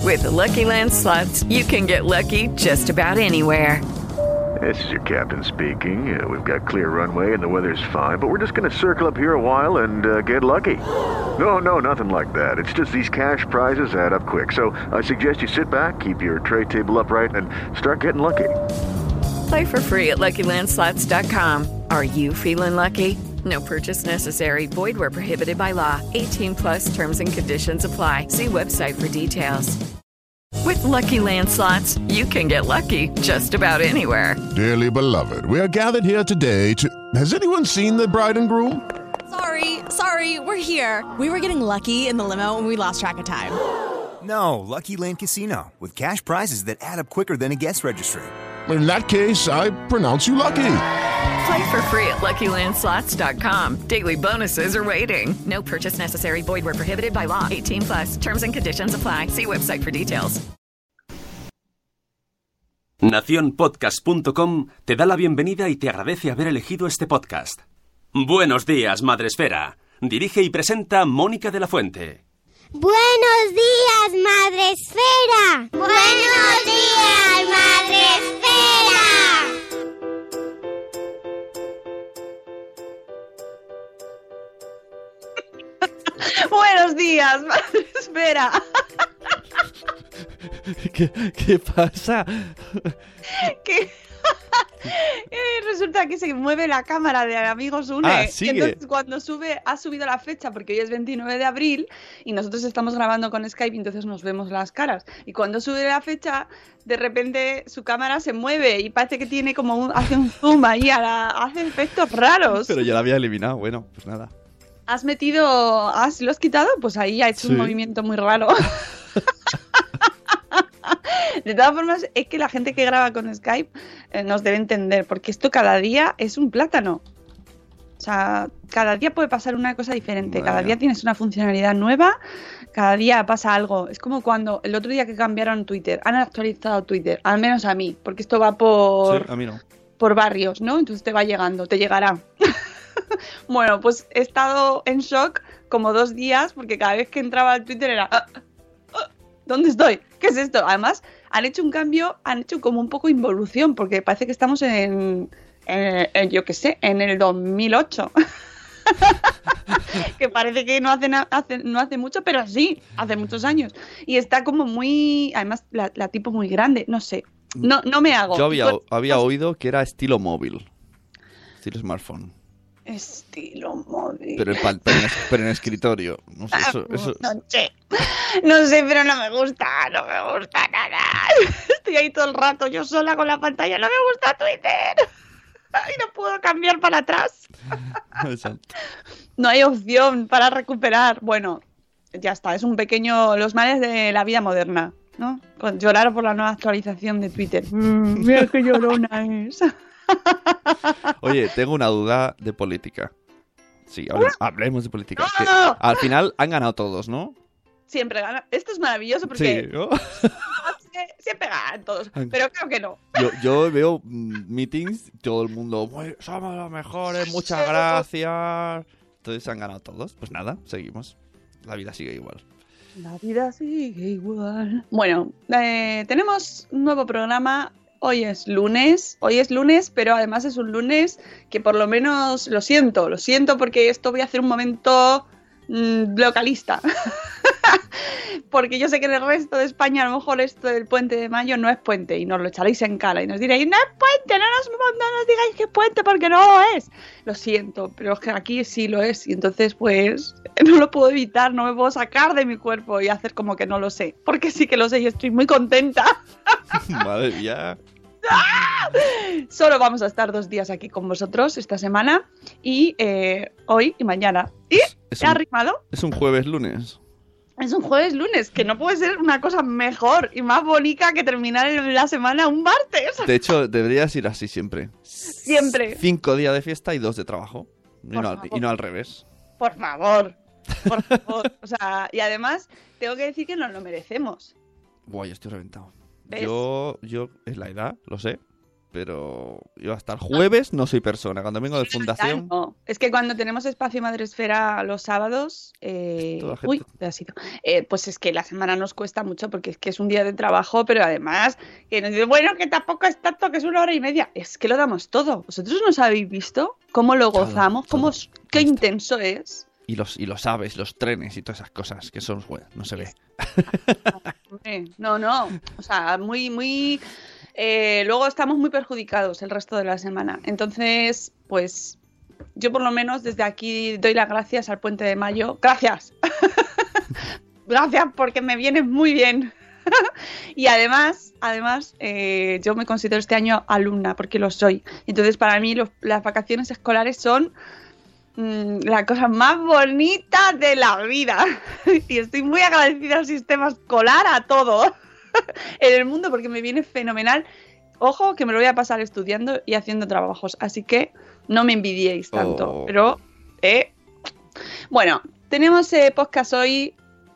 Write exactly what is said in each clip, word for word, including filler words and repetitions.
With the Lucky Land Slots, you can get lucky just about anywhere. This is your captain speaking. Uh, we've got clear runway and the weather's fine, but we're just going to circle up here a while and uh, get lucky. No, no, nothing like that. It's just these cash prizes add up quick. So I suggest you sit back, keep your tray table upright, and start getting lucky. Play for free at Lucky Land Slots dot com. Are you feeling lucky? No purchase necessary. Void where prohibited by law. eighteen plus terms and conditions apply. See website for details. With Lucky Land Slots, you can get lucky just about anywhere. Dearly beloved, we are gathered here today to... Has anyone seen the bride and groom? Sorry, sorry, we're here. We were getting lucky in the limo and we lost track of time. No, Lucky Land Casino, with cash prizes that add up quicker than a guest registry. In that case, I pronounce you lucky. Play for free at Lucky Land Slots dot com. Daily bonuses are waiting. No purchase necessary. Void where prohibited by law. eighteen plus. Terms and conditions apply. See website for details. Nación Podcast punto com te da la bienvenida y te agradece haber elegido este podcast. Buenos días, Madresfera. Dirige y presenta Mónica de la Fuente. Buenos días, Madresfera. Buenos días, Madresfera. Buenos días, Madresfera. ¿Qué, qué pasa? Que resulta que se mueve la cámara de Amigos Une. Ah, sigue. Entonces, cuando sube, ha subido la fecha, porque hoy es veintinueve de abril y nosotros estamos grabando con Skype, y entonces nos vemos las caras. Y cuando sube la fecha, de repente su cámara se mueve y parece que tiene como un, hace un zoom ahí, a la, hace efectos raros. Pero ya la había eliminado, bueno, pues nada. ¿Has metido, has, lo has quitado? Pues ahí ha hecho Sí. un movimiento muy raro. De todas formas, es que la gente que graba con Skype eh, nos debe entender, porque esto cada día es un plátano. O sea, cada día puede pasar una cosa diferente, Vaya. cada día tienes una funcionalidad nueva, cada día pasa algo. Es como cuando el otro día que cambiaron Twitter, han actualizado Twitter, al menos a mí, porque esto va por, Sí, a mí no. por barrios, ¿no? Entonces te va llegando, te llegará. Bueno, pues he estado en shock como dos días, porque cada vez que entraba al Twitter era... "Ah, ah, ¿dónde estoy? ¿Qué es esto?". Además, han hecho un cambio, han hecho como un poco involución, porque parece que estamos en, en, en yo qué sé, en el dos mil ocho. Que parece que no hace, na- hace, no hace mucho, pero sí, hace muchos años. Y está como muy, además, la, la tipo muy grande, no sé. No, no me hago. Yo había, Pues- había oído que era estilo móvil. Estilo smartphone. Estilo móvil. Pero en, pa- pero en, es- pero en escritorio. No sé, eso... eso... No sé, no sé, pero no me gusta, no me gusta nada. Estoy ahí todo el rato yo sola con la pantalla, no me gusta Twitter. Y no puedo cambiar para atrás. Exacto. No hay opción para recuperar. Bueno, ya está, es un pequeño... Los males de la vida moderna, ¿no? Con llorar por la nueva actualización de Twitter. Mm, mira qué llorona es. Oye, tengo una duda de política. Sí, hable- hablemos de política. Que ¡No! al final han ganado todos, ¿no? Siempre gana. Esto es maravilloso porque Sí, ¿no? sie- siempre ganan todos, pero creo que no. Yo, yo veo mm, meetings, todo el mundo, "Muy- somos los mejores, muchas gracias". Entonces han ganado todos. Pues nada, seguimos. La vida sigue igual. La vida sigue igual. Bueno, eh, tenemos un nuevo programa. Hoy es lunes, hoy es lunes, pero además es un lunes que por lo menos lo siento, lo siento porque esto voy a hacer un momento mmm, localista. Porque yo sé que en el resto de España a lo mejor esto del puente de mayo no es puente y nos lo echaréis en cara y nos diréis, no es puente, no nos, no nos digáis que es puente porque no lo es. Lo siento, pero es que aquí sí lo es y entonces pues no lo puedo evitar, no me puedo sacar de mi cuerpo y hacer como que no lo sé, porque sí que lo sé y estoy muy contenta. Madre mía. Solo vamos a estar dos días aquí con vosotros esta semana y eh, hoy y mañana. ¿Y? Es ¿He un- arrimado? Es un jueves lunes. Es un jueves lunes, que no puede ser una cosa mejor y más bonita que terminar el- la semana un martes. De hecho, deberías ir así siempre. Siempre. Cinco días de fiesta y dos de trabajo. Y Por no, al- favor. y no al revés. Por favor. Por favor. O sea, y además tengo que decir que nos lo merecemos. Buah, yo estoy reventado. ¿Ves? Yo, yo, es la edad, lo sé. pero yo hasta el jueves no soy persona. Cuando vengo de fundación... No, es que cuando tenemos espacio Madresfera los sábados, eh... uy, pedacito. Eh, pues es que la semana nos cuesta mucho porque es que es un día de trabajo, pero además que nos dicen, bueno, que tampoco es tanto, que es una hora y media. Es que lo damos todo. ¿Vosotros nos habéis visto cómo lo gozamos? Todo, cómo, todo. Qué intenso es. Y los, y los aves, los trenes y todas esas cosas que son, bueno, no se ve. No, no, o sea, muy, muy... Eh, luego estamos muy perjudicados el resto de la semana. Entonces, pues, yo por lo menos desde aquí doy las gracias al Puente de Mayo. ¡Gracias! Gracias, porque me viene muy bien. Y además, además eh, yo me considero este año alumna, porque lo soy. Entonces, para mí los, las vacaciones escolares son... la cosa más bonita de la vida. Y estoy muy agradecida al sistema escolar, a todo en el mundo, porque me viene fenomenal. Ojo, que me lo voy a pasar estudiando y haciendo trabajos, así que no me envidiéis tanto. Oh. Pero, eh... bueno, tenemos eh, podcast hoy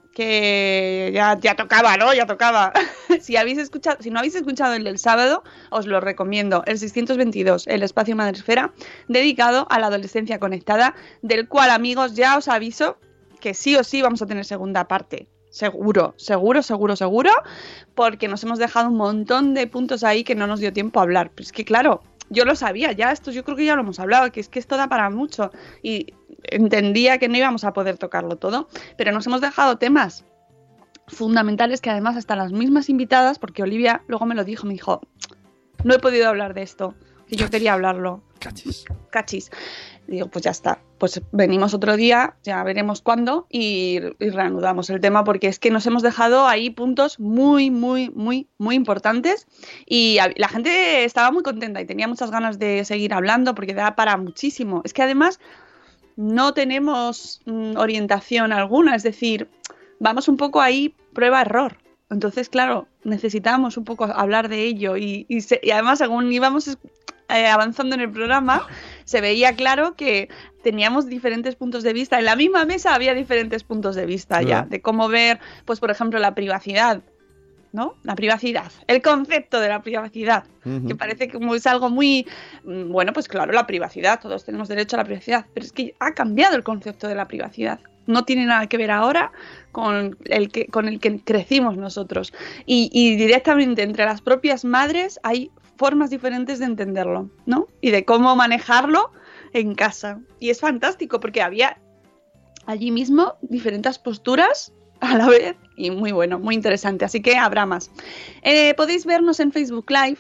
que ya, ya tocaba, ¿no? Ya tocaba. Si habéis escuchado, si no habéis escuchado el del sábado, os lo recomiendo. El seiscientos veintidós, el espacio Madresfera, dedicado a la adolescencia conectada, del cual, amigos, ya os aviso que sí o sí vamos a tener segunda parte. Seguro, seguro, seguro, seguro, porque nos hemos dejado un montón de puntos ahí que no nos dio tiempo a hablar. Pero es que, claro, yo lo sabía, ya esto yo creo que ya lo hemos hablado, que es que esto da para mucho. Y entendía que no íbamos a poder tocarlo todo, pero nos hemos dejado temas fundamentales que además hasta las mismas invitadas, porque Olivia luego me lo dijo, me dijo, no he podido hablar de esto, que yo quería hablarlo. Cachis. Cachis. Digo, pues ya está, pues venimos otro día, ya veremos cuándo y, y reanudamos el tema, porque es que nos hemos dejado ahí puntos muy, muy, muy, muy importantes y la gente estaba muy contenta y tenía muchas ganas de seguir hablando porque da para muchísimo. Es que además no tenemos mm, orientación alguna, es decir, vamos un poco ahí prueba-error. Entonces, claro, necesitamos un poco hablar de ello y, y, se, y además según íbamos eh, avanzando en el programa, se veía claro que teníamos diferentes puntos de vista. En la misma mesa había diferentes puntos de vista ya, de cómo ver, pues por ejemplo, la privacidad, ¿no? La privacidad, el concepto de la privacidad, uh-huh. que parece como es algo muy... Bueno, pues claro, la privacidad, todos tenemos derecho a la privacidad, pero es que ha cambiado el concepto de la privacidad. No tiene nada que ver ahora con el que, con el que crecimos nosotros. Y, y directamente entre las propias madres hay formas diferentes de entenderlo, ¿no? Y de cómo manejarlo en casa. Y es fantástico porque había allí mismo diferentes posturas a la vez y muy bueno, muy interesante. Así que habrá más. Eh, podéis vernos en Facebook Live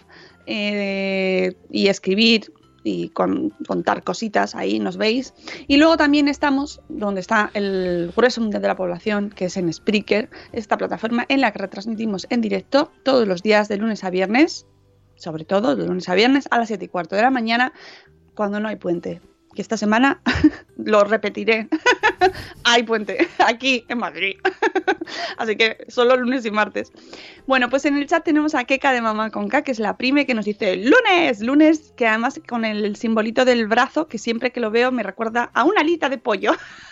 eh, y escribir y con, contar cositas, ahí nos veis. Y luego también estamos donde está el grueso mundial de la población, que es en Spreaker, esta plataforma en la que retransmitimos en directo todos los días de lunes a viernes, sobre todo de lunes a viernes a las siete y cuarto de la mañana, cuando no hay puente. Que esta semana lo repetiré. Hay puente aquí en Madrid. Así que solo lunes y martes. Bueno, pues en el chat tenemos a Keka de Mamá con K, que es la prime, que nos dice lunes, lunes, que además con el simbolito del brazo, que siempre que lo veo me recuerda a una alita de pollo.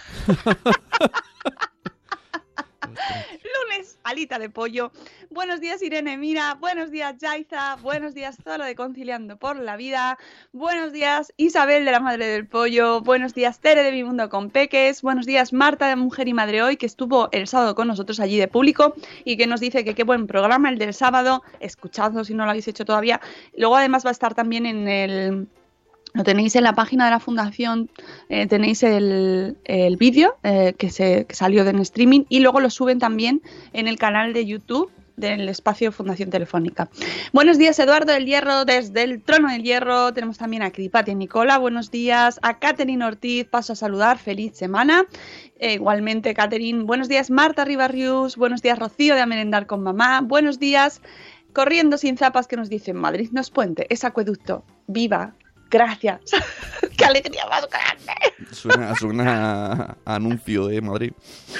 Lunes, alita de pollo. Buenos días, Irene Mira. Buenos días, Yaiza. Buenos días, Zola de Conciliando por la Vida. Buenos días, Isabel de la Madre del Pollo. Buenos días, Tere de Mi Mundo con Peques. Buenos días, Marta de Mujer y Madre Hoy, que estuvo el sábado con nosotros allí de público y que nos dice que qué buen programa el del sábado. Escuchadlo si no lo habéis hecho todavía. Luego además va a estar también en el... Lo tenéis en la página de la fundación, eh, tenéis el, el vídeo eh, que, se, que salió en streaming y luego lo suben también en el canal de YouTube del espacio Fundación Telefónica. Buenos días, Eduardo del Hierro, desde el Trono del Hierro. Tenemos también a Cripati y Nicola, buenos días. A Catherine Ortiz, paso a saludar, feliz semana. Eh, igualmente, Catherine, buenos días. Marta Ribarrius, buenos días. Rocío de A Merendar con Mamá, buenos días. Corriendo sin zapas, que nos dice Madrid no es puente, es acueducto. ¡Viva! Gracias. ¡Qué alegría más grande! Suena, suena a anuncio de Madrid.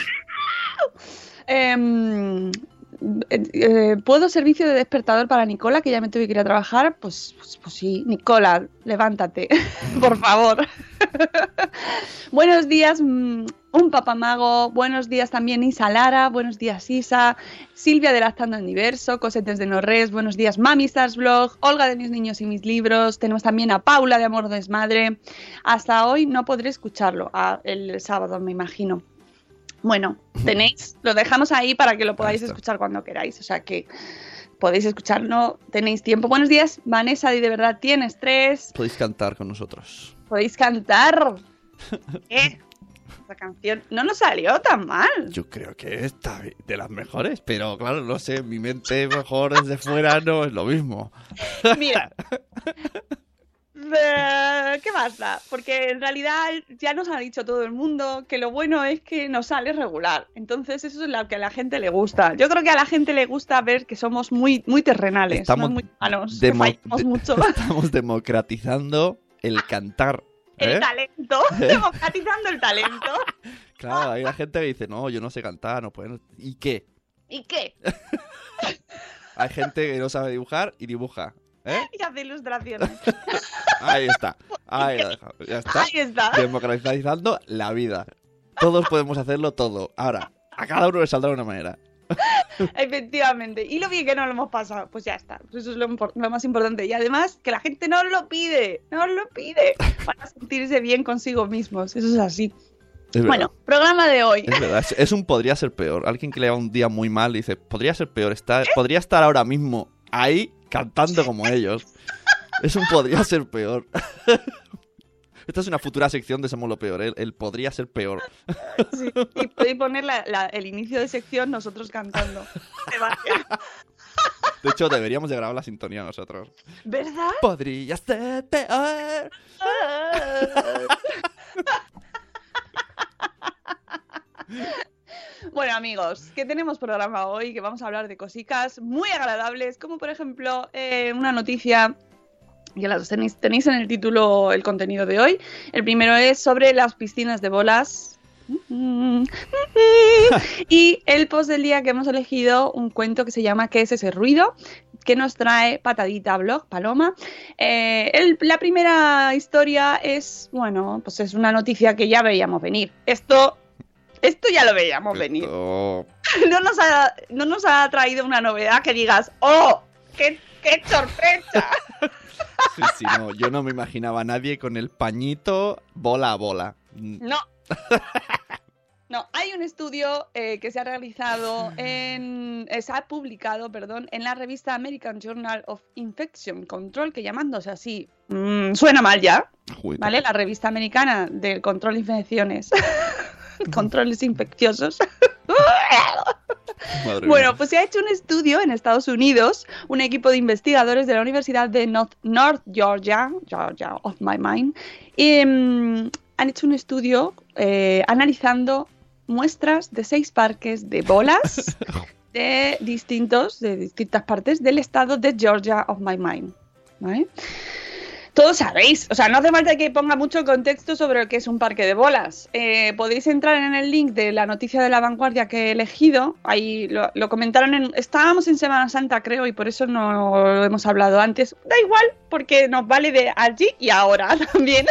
eh, eh, ¿Puedo servicio de despertador para Nicola, que ya me tuve que ir a trabajar? Pues, pues, pues sí. Nicola, levántate, por favor. Buenos días, un papamago, buenos días también Isa Lara, buenos días Isa, Silvia de Lactando en Diverso, Cosetes de Norres, buenos días Mami Stars Blog, Olga de Mis Niños y Mis Libros, tenemos también a Paula de Amor Desmadre. Hasta hoy no podré escucharlo, ah, el sábado me imagino. Bueno, tenéis, lo dejamos ahí para que lo podáis escuchar cuando queráis, o sea que podéis escucharlo, tenéis tiempo. Buenos días Vanessa, y de verdad tienes tres. Podéis cantar con nosotros. Podéis cantar. ¿Qué? Esta canción no nos salió tan mal. Yo creo que está de las mejores, pero claro, no sé, mi mente mejor desde fuera no es lo mismo. Mira, eh, ¿qué más da? Porque en realidad ya nos ha dicho todo el mundo que lo bueno es que nos sale regular. Entonces eso es lo que a la gente le gusta. Yo creo que a la gente le gusta ver que somos muy, muy terrenales, estamos no muy humanos, demo- que fallamos de- mucho. Estamos democratizando el cantar. ¿eh? El talento, democratizando el talento. Claro, hay la gente que dice, no, yo no sé cantar, no puedo. ¿Y qué? ¿Y qué? Hay gente que no sabe dibujar y dibuja. ¿eh? Y hace ilustraciones. Ahí está. Ahí lo dejo. Ya está. Ahí está. Democratizando la vida. Todos podemos hacerlo todo. Ahora, a cada uno le saldrá de una manera. Efectivamente. Y lo bien que no lo hemos pasado, pues ya está. Pues eso es lo, impor- lo más importante. Y además, que la gente no lo pide. No lo pide. Para sentirse bien consigo mismos. Eso es así. Es Bueno, verdad. programa de hoy. Es verdad, es, es un podría ser peor. Alguien que le va un día muy mal y dice, podría ser peor. Está, podría estar ahora mismo ahí cantando como ellos. Es un podría ser peor. Esta es una futura sección de Somos lo Peor, ¿eh? El podría ser peor. Sí. Y podéis poner la- la- el inicio de sección nosotros cantando. De hecho, deberíamos de grabar la sintonía nosotros. ¿Verdad? Podría ser peor. Bueno, amigos, que tenemos programa hoy, que vamos a hablar de cositas muy agradables, como por ejemplo eh, una noticia, que las tenéis, tenéis en el título el contenido de hoy. El primero es sobre las piscinas de bolas. Y el post del día que hemos elegido, un cuento que se llama ¿Qué es ese ruido?, que nos trae Patadita Blog, Paloma. Eh, el- la primera historia es, bueno, pues es una noticia que ya veíamos venir. Esto, esto ya lo veíamos venir. Esto- No nos ha, no nos ha traído una novedad que digas, ¡oh! ¡Qué, qué sorpresa! Sí, sí, no, yo no me imaginaba a nadie con el pañito bola a bola. No. No, hay un estudio eh, que se ha realizado en... eh, se ha publicado, perdón, en la revista American Journal of Infection Control, que llamándose así, mm, suena mal ya, Joder. ¿vale? La revista americana del control de infecciones. Controles infecciosos. Madre Bueno, mía. pues se ha hecho un estudio en Estados Unidos, un equipo de investigadores de la Universidad de North, North Georgia, Georgia of my mind, y, mm, han hecho un estudio eh, analizando muestras de seis parques de bolas de distintos, de distintas partes del estado de Georgia of my mind, ¿vale? Todos sabéis, o sea, no hace falta que ponga mucho contexto sobre lo que es un parque de bolas. Eh, podéis entrar en el link de la noticia de La Vanguardia que he elegido. Ahí lo, lo comentaron en... Estábamos en Semana Santa, creo, y por eso no lo hemos hablado antes. Da igual, porque nos vale de allí y ahora también.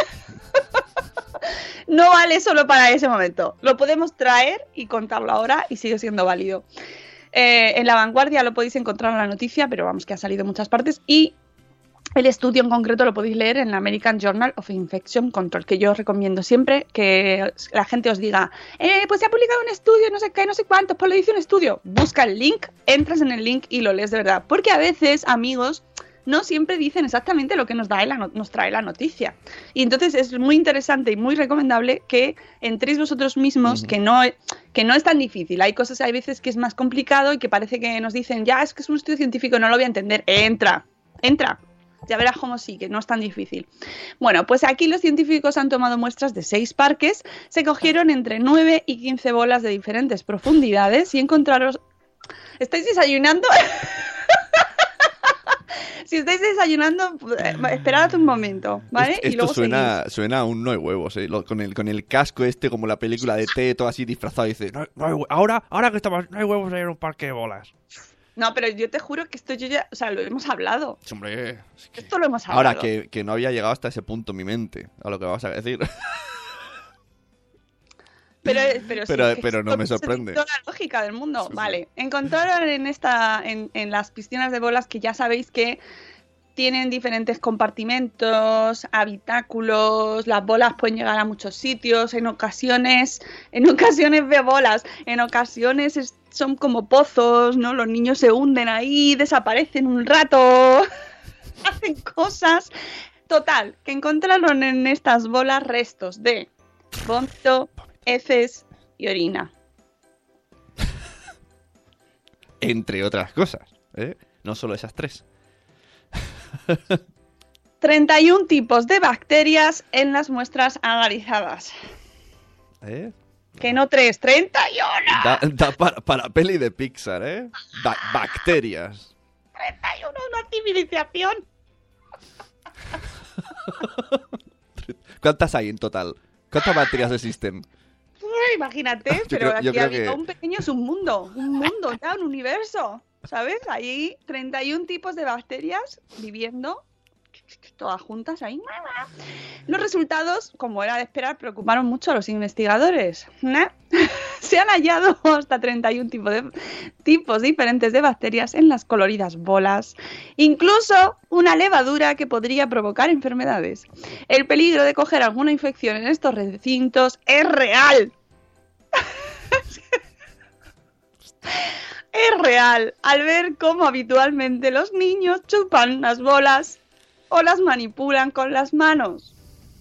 No vale solo para ese momento. Lo podemos traer y contarlo ahora y sigue siendo válido. Eh, en La Vanguardia lo podéis encontrar en la noticia, pero vamos, que ha salido en muchas partes. Y el estudio en concreto lo podéis leer en la American Journal of Infection Control, que yo os recomiendo siempre que la gente os diga, eh, pues se ha publicado un estudio, no sé qué, no sé cuántos, pues lo dice un estudio. Busca el link, entras en el link y lo lees de verdad. Porque a veces, amigos, no siempre dicen exactamente lo que nos, da la no- nos trae la noticia. Y entonces es muy interesante y muy recomendable que entréis vosotros mismos, Ujú. que no, que no es tan difícil. Hay cosas, hay veces que es más complicado y que parece que nos dicen, ya, es que es un estudio científico, no lo voy a entender. Entra, entra. Ya verás cómo sí, que no es tan difícil. Bueno, pues aquí los científicos han tomado muestras de seis parques, se cogieron entre nueve y quince bolas de diferentes profundidades y encontraron... ¿Estáis desayunando? Si estáis desayunando, eh, esperad un momento, ¿vale? Esto, Y esto luego suena, suena a un no hay huevos, ¿eh? Lo- con, el, con el casco este, como la película de T, todo así disfrazado, y dice, no, no hay hue- ahora, ahora que estamos, no hay huevos ahí en un parque de bolas. seguís. No, pero yo te juro que esto yo ya... O sea, lo hemos hablado. Hombre, es que- Esto lo hemos hablado. Ahora, que, que no había llegado hasta ese punto mi mente, a lo que vas a decir. Pero, pero, pero, sí, que pero no me sorprende. Toda la lógica del mundo. Sí, vale, encontraron en esta, en, en las piscinas de bolas, que ya sabéis que tienen diferentes compartimentos, habitáculos, las bolas pueden llegar a muchos sitios, en ocasiones, en ocasiones ve bolas, en ocasiones es, son como pozos, ¿no? Los niños se hunden ahí, desaparecen un rato, hacen cosas. Total, que encontraron en estas bolas restos de vómito, heces y orina. Entre otras cosas, ¿eh? No solo esas tres. treinta y un tipos de bacterias en las muestras analizadas. ¿Eh? Que no tres, treinta y uno. Da, da para, para peli de Pixar, ¿eh? Ba- bacterias. treinta y uno, una civilización. ¿Cuántas hay en total? ¿Cuántas bacterias existen? Imagínate, Yo pero creo- yo aquí creo había que- un pequeño submundo, un mundo, ya, un universo, ¿sabes? Ahí treinta y un tipos de bacterias viviendo todas juntas ahí. Los resultados, como era de esperar, preocuparon mucho a los investigadores. ¿No? Se han hallado hasta treinta y un tipos, de, tipos diferentes de bacterias en las coloridas bolas, incluso una levadura que podría provocar enfermedades. El peligro de coger alguna infección en estos recintos es real. Es real al ver cómo habitualmente los niños chupan las bolas o las manipulan con las manos.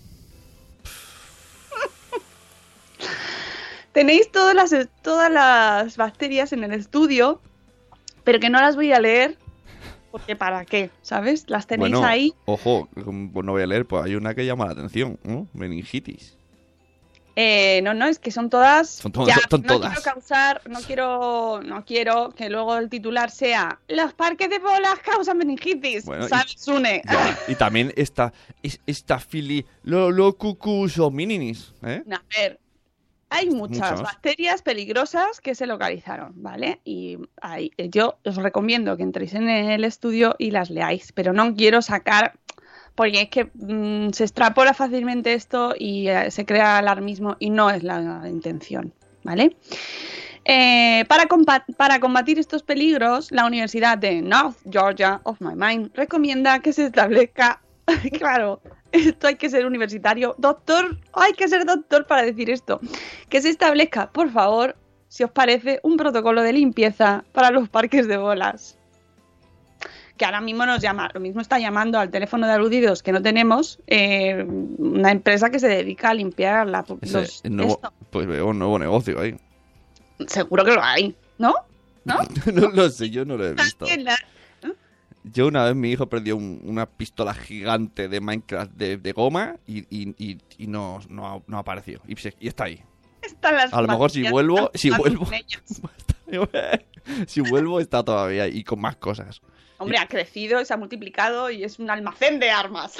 Tenéis todas las, todas las bacterias en el estudio, pero que no las voy a leer, porque ¿para qué? ¿Sabes? Las tenéis Bueno, ahí. Ojo, pues no voy a leer, pues hay una que llama la atención, ¿no? Meningitis. Eh, no, no, es que son todas. Son to- ya, son no todas. quiero causar, no quiero, no quiero que luego el titular sea los parques de bolas causan meningitis. Bueno, y- ¿sabes, Sune? Ya, y también esta, es- esta fili, lo, lo cucus homininis, ¿eh? A ver, hay muchas Muchas. bacterias peligrosas que se localizaron, ¿vale? Y hay, yo os recomiendo que entréis en el estudio y las leáis, pero no quiero sacar, porque es que mmm, se extrapola fácilmente esto y eh, se crea alarmismo y no es la, la intención, ¿vale? Eh, para, compa- para combatir estos peligros, la Universidad de North Georgia of My Mind recomienda que se establezca, claro, esto hay que ser universitario, doctor, hay que ser doctor para decir esto, que se establezca, por favor, si os parece, un protocolo de limpieza para los parques de bolas. Que ahora mismo nos llama, lo mismo está llamando al teléfono de aludidos que no tenemos, eh, una empresa que se dedica a limpiar la, Ese, los, el nuevo, esto. pues veo un nuevo negocio ahí. Seguro que lo hay, ¿no? ¿No? No lo sé, yo no lo he visto. También la- Yo una vez mi hijo perdió un- una pistola gigante de Minecraft de, de goma y, y, y, y no, no, ha- no apareció. Y, se- y está ahí. Están las A lo mejor si bacterias vuelvo, que si están vuelvo, con ellas. si vuelvo está todavía y con más cosas. Hombre, ha crecido, se ha multiplicado y es un almacén de armas.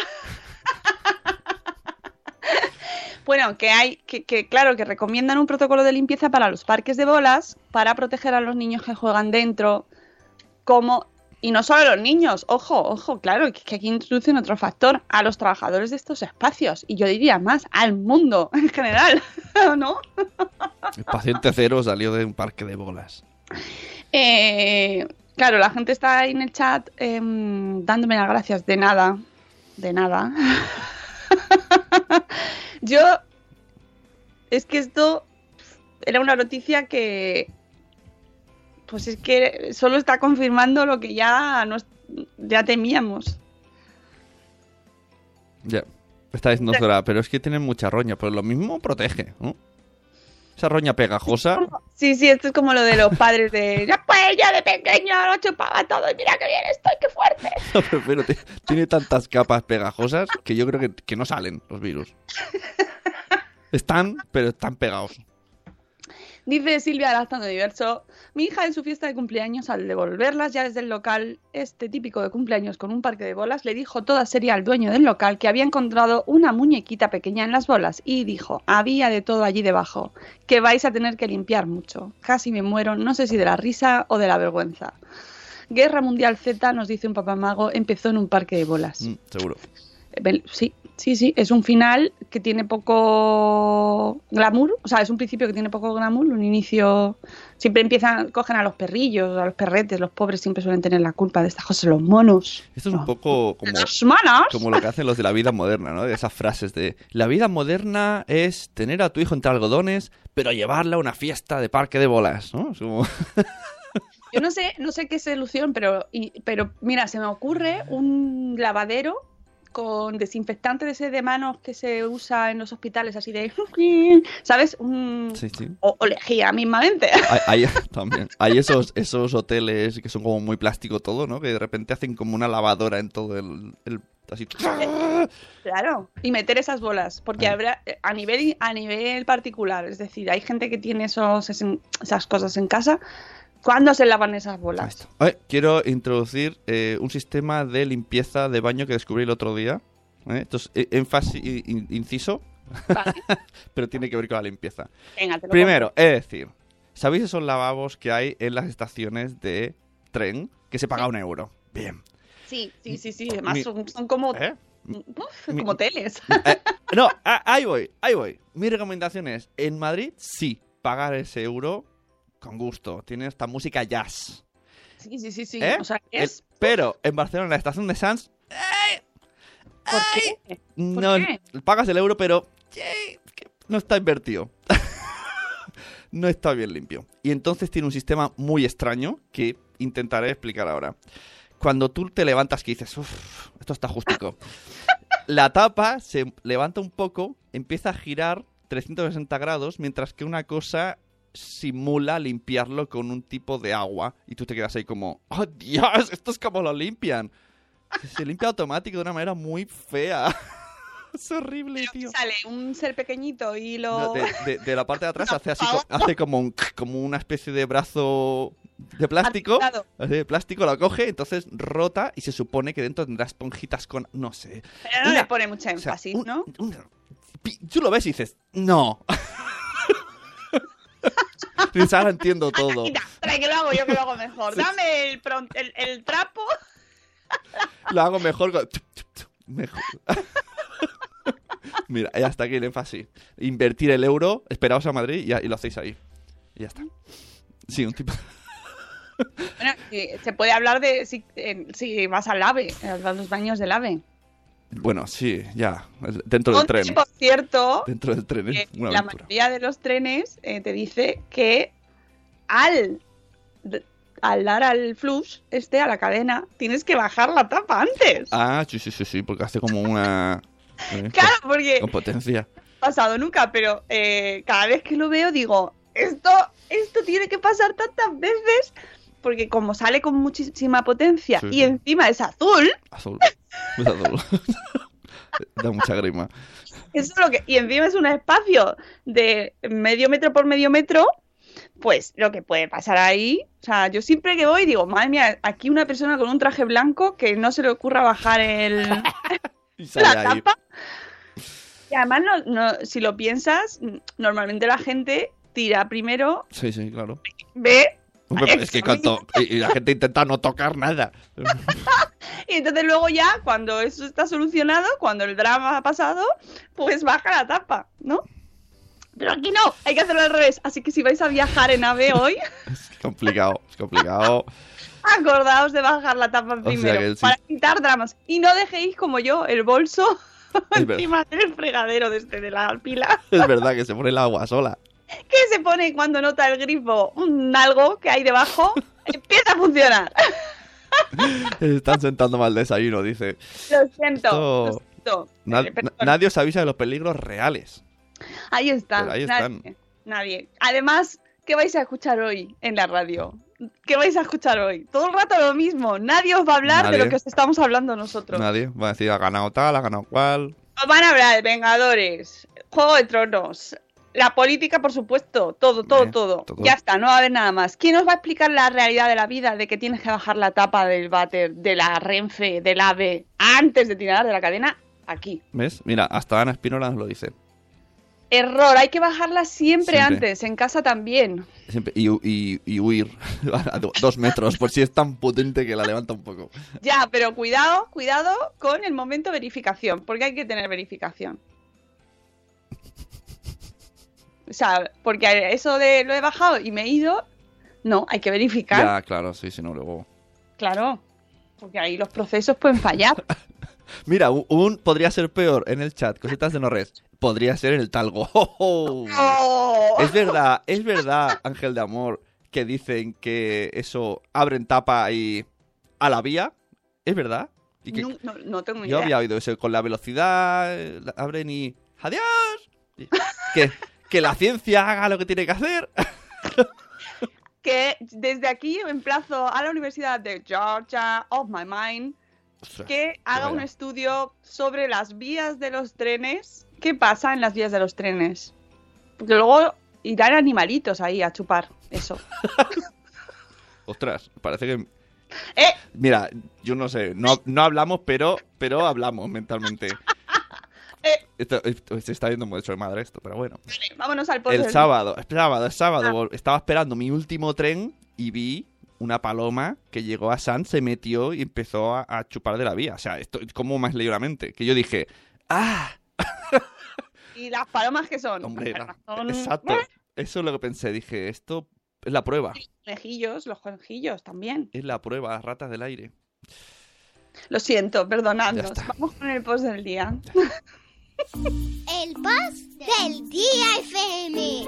Bueno, que hay, que, que claro, que recomiendan un protocolo de limpieza para los parques de bolas para proteger a los niños que juegan dentro, como, y no solo a los niños, ojo, ojo, claro, que, que aquí introducen otro factor, a los trabajadores de estos espacios, y yo diría más, al mundo en general, ¿no? El paciente cero salió de un parque de bolas. Eh, claro, la gente está ahí en el chat eh, dándome las gracias. De nada, de nada. Yo, es que esto era una noticia que, pues es que solo está confirmando lo que ya, nos, ya temíamos. Ya, está diciendo Zora, pero es que tienen mucha roña, pero lo mismo protege, ¿no? Esa roña pegajosa. Sí, sí, esto es como lo de los padres de, ya pues, ya de pequeño lo chupaba todo y mira qué bien estoy, qué fuerte. pero, pero t- tiene tantas capas pegajosas que yo creo que, que no salen los virus. Están, pero están pegados. Dice Silvia Lactando Diverso, mi hija en su fiesta de cumpleaños, al devolver las llaves del local, este típico de cumpleaños con un parque de bolas, le dijo toda seria al dueño del local que había encontrado una muñequita pequeña en las bolas y dijo, había de todo allí debajo, que vais a tener que limpiar mucho. Casi me muero, no sé si de la risa o de la vergüenza. Guerra Mundial Z, nos dice un papá mago, empezó en un parque de bolas. Mm, seguro. Sí, sí, sí, es un final que tiene poco glamour, o sea, es un principio que tiene poco glamour, un inicio... Siempre empiezan, cogen a los perrillos, a los perretes, los pobres siempre suelen tener la culpa de estas cosas, los monos. Esto es un poco como, ¡Las manos! como lo que hacen los de la vida moderna, ¿no? De esas frases de, la vida moderna es tener a tu hijo entre algodones, pero llevarla a una fiesta de parque de bolas, ¿no? Es como... Yo no sé, no sé qué solución, pero, y, pero mira, se me ocurre un lavadero con desinfectante de ese de manos que se usa en los hospitales, así de... ¿Sabes? Un... Sí, sí. O, o lejía mismamente. Hay, hay, también. Hay esos, esos hoteles que son como muy plástico todo, ¿no? Que de repente hacen como una lavadora en todo el... el así. Claro. Y meter esas bolas. Porque Ay. habrá a nivel, a nivel particular. Es decir, hay gente que tiene esos, esas cosas en casa. ¿Cuándo se lavan esas bolas? Ay, quiero introducir eh, un sistema de limpieza de baño que descubrí el otro día. ¿eh? Entonces, eh, énfasis, in, inciso, Vale. pero tiene que ver con la limpieza. Venga, te lo Primero, compro. es decir, ¿sabéis esos lavabos que hay en las estaciones de tren que se paga un euro? Bien. Sí, sí, sí, sí. Además Mi- son, son como... ¿Eh? Uf, Mi- como teles. Eh, no, a- ahí voy, ahí voy. Mi recomendación es, en Madrid, sí, pagar ese euro con gusto. Tiene esta música jazz. Sí, sí, sí, sí. ¿Eh? O sea, El- es... pero en Barcelona, en la estación de Sants, ¿Por qué? no, qué? pagas el euro, pero eh, que no está invertido. No está bien limpio. Y entonces tiene un sistema muy extraño que intentaré explicar ahora. Cuando tú te levantas que dices, uff, esto está justico. La tapa se levanta un poco, empieza a girar trescientos sesenta grados, mientras que una cosa simula limpiarlo con un tipo de agua. Y tú te quedas ahí como, ¡oh, Dios! Esto es como lo limpian. Se, se limpia automático de una manera muy fea. Es horrible, tío. Sale un ser pequeñito y lo... No, de, de- de la parte de atrás hace así, co- hace como, un, como una especie de brazo de plástico. Articulado. Así de plástico, lo coge, entonces rota y se supone que dentro tendrá esponjitas con, no sé. Pero no Una- le pone mucha o sea, énfasis, un- ¿no? un- pi- tú lo ves y dices, no. Dices, ahora entiendo todo. Quita, trae que lo hago yo, que lo hago mejor. Dame el, pron- el, el trapo. Lo hago mejor con... Mejor. Mira, y hasta aquí el énfasis. Invertir el euro, esperaos a Madrid y, ya- y lo hacéis ahí. Y ya está. Sí, un tipo... Bueno, eh, se puede hablar de si, eh, si vas al AVE, a los baños del AVE. Bueno, sí, ya. el- Dentro del Donde, tren. por cierto, Dentro del tren eh, es una la aventura. mayoría de los trenes eh, te dice que al, al dar al flush, este, a la cadena, tienes que bajar la tapa antes. Ah, sí, sí, sí, sí, porque hace como una... eh, Claro, porque con potencia. no ha pasado nunca, pero eh, cada vez que lo veo digo, esto, esto tiene que pasar tantas veces, porque como sale con muchísima potencia Sí, y sí. encima es azul, Azul. Es azul. Da mucha grima. eso es lo que, y encima es un espacio de medio metro por medio metro, pues lo que puede pasar ahí, o sea, yo siempre que voy digo, madre mía, aquí una persona con un traje blanco que no se le ocurra bajar el, Y sale la ahí. tapa. Y además, no, no, si lo piensas, normalmente la gente tira primero, Sí, sí, claro. ve, Hombre, es que cuanto... Y y la gente intenta no tocar nada. y entonces luego ya, cuando eso está solucionado, cuando el drama ha pasado, pues baja la tapa, ¿no? Pero aquí no, hay que hacerlo al revés. Así que si vais a viajar en AVE hoy, Es complicado, es complicado. acordaos de bajar la tapa sea primero que sí. para quitar dramas. Y no dejéis como yo el bolso Es verdad. encima del fregadero de, este, de la pila. Es verdad que se pone el agua sola. Que se pone cuando nota el grifo un algo que hay debajo, empieza a funcionar. Están sentando mal desayuno, dice. Lo siento. Esto- Lo siento. Na- Eh, perdón. na- nadie os avisa de los peligros reales. Ahí está. Pero ahí nadie, están. nadie. Además, ¿qué vais a escuchar hoy en la radio? ¿Qué vais a escuchar hoy? Todo el rato lo mismo. Nadie os va a hablar Nadie. de lo que os estamos hablando nosotros. Nadie va a decir, ha ganado tal, ha ganado cual. Os van a hablar de Vengadores, Juego de Tronos, la política, por supuesto, todo, todo, Eh, todo, todo. Ya está, no va a haber nada más. ¿Quién os va a explicar la realidad de la vida de que tienes que bajar la tapa del váter, de la Renfe, del AVE, antes de tirar de la cadena? Aquí. ¿Ves? Mira, hasta Ana Espínola nos lo dice. Error, hay que bajarla siempre, Siempre. antes, en casa también. Siempre, y, y, y huir a do- dos metros, por si es tan potente que la levanta un poco. Ya, pero cuidado, cuidado con el momento verificación, porque hay que tener verificación. O sea, porque eso de lo he bajado y me he ido, no, hay que verificar. Ya, claro, sí, si no, luego... Claro, porque ahí los procesos pueden fallar. Mira, un, un podría ser peor en el chat, cositas de no res. Podría ser en el talgo. ¡Oh, oh! ¡Oh! Es verdad, es verdad, Ángel de Amor, que dicen que eso abren tapa y a la vía. ¿Es verdad? Y que No, no, no tengo ni yo idea. había oído eso, con la velocidad eh, la- abren y... ¡Adiós! Y- Que, que la ciencia haga lo que tiene que hacer. Que desde aquí emplazo a la Universidad de Georgia of My Mind Ostras, que haga vaya. un estudio sobre las vías de los trenes. ¿Qué pasa en las vías de los trenes? Porque luego irán animalitos ahí a chupar eso. Ostras, parece que... ¡Eh! Mira, yo no sé, no, no hablamos, pero, pero hablamos mentalmente. Eh. Esto, esto- se está viendo mucho de madre esto, pero bueno. Vale, vámonos al post El del- sábado, el sábado, el sábado, Ah. vol- estaba esperando mi último tren y vi una paloma que llegó a San, se metió y empezó a, a chupar de la vía. O sea, esto, ¿cómo me has leído la mente? Que yo dije, ¡ah! ¿Y las palomas que son? Hombre, Con la- razón. exacto. Eso es lo que pensé. Dije, esto es la prueba. Los conejillos, los conejillos también. Es la prueba, las ratas del aire. Lo siento, Ya perdonadnos. está. Vamos con el post del día. El post del día F M.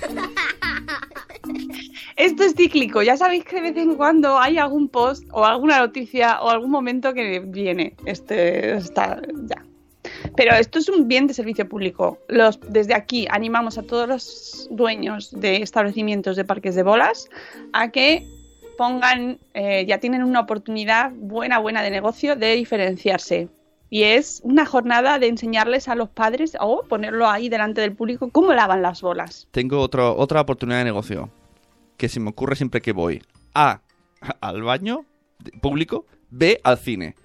Esto es cíclico. Ya sabéis que de vez en cuando hay algún post o alguna noticia o algún momento que viene. Este está ya. Pero esto es un bien de servicio público. Los, desde aquí animamos a todos los dueños de establecimientos de parques de bolas a que pongan, eh, ya tienen una oportunidad buena, buena de negocio de diferenciarse. Y es una jornada de enseñarles a los padres o ponerlo ahí delante del público cómo lavan las bolas. Tengo otro, otra oportunidad de negocio que se me ocurre siempre que voy. A, al baño de- público. B, al cine.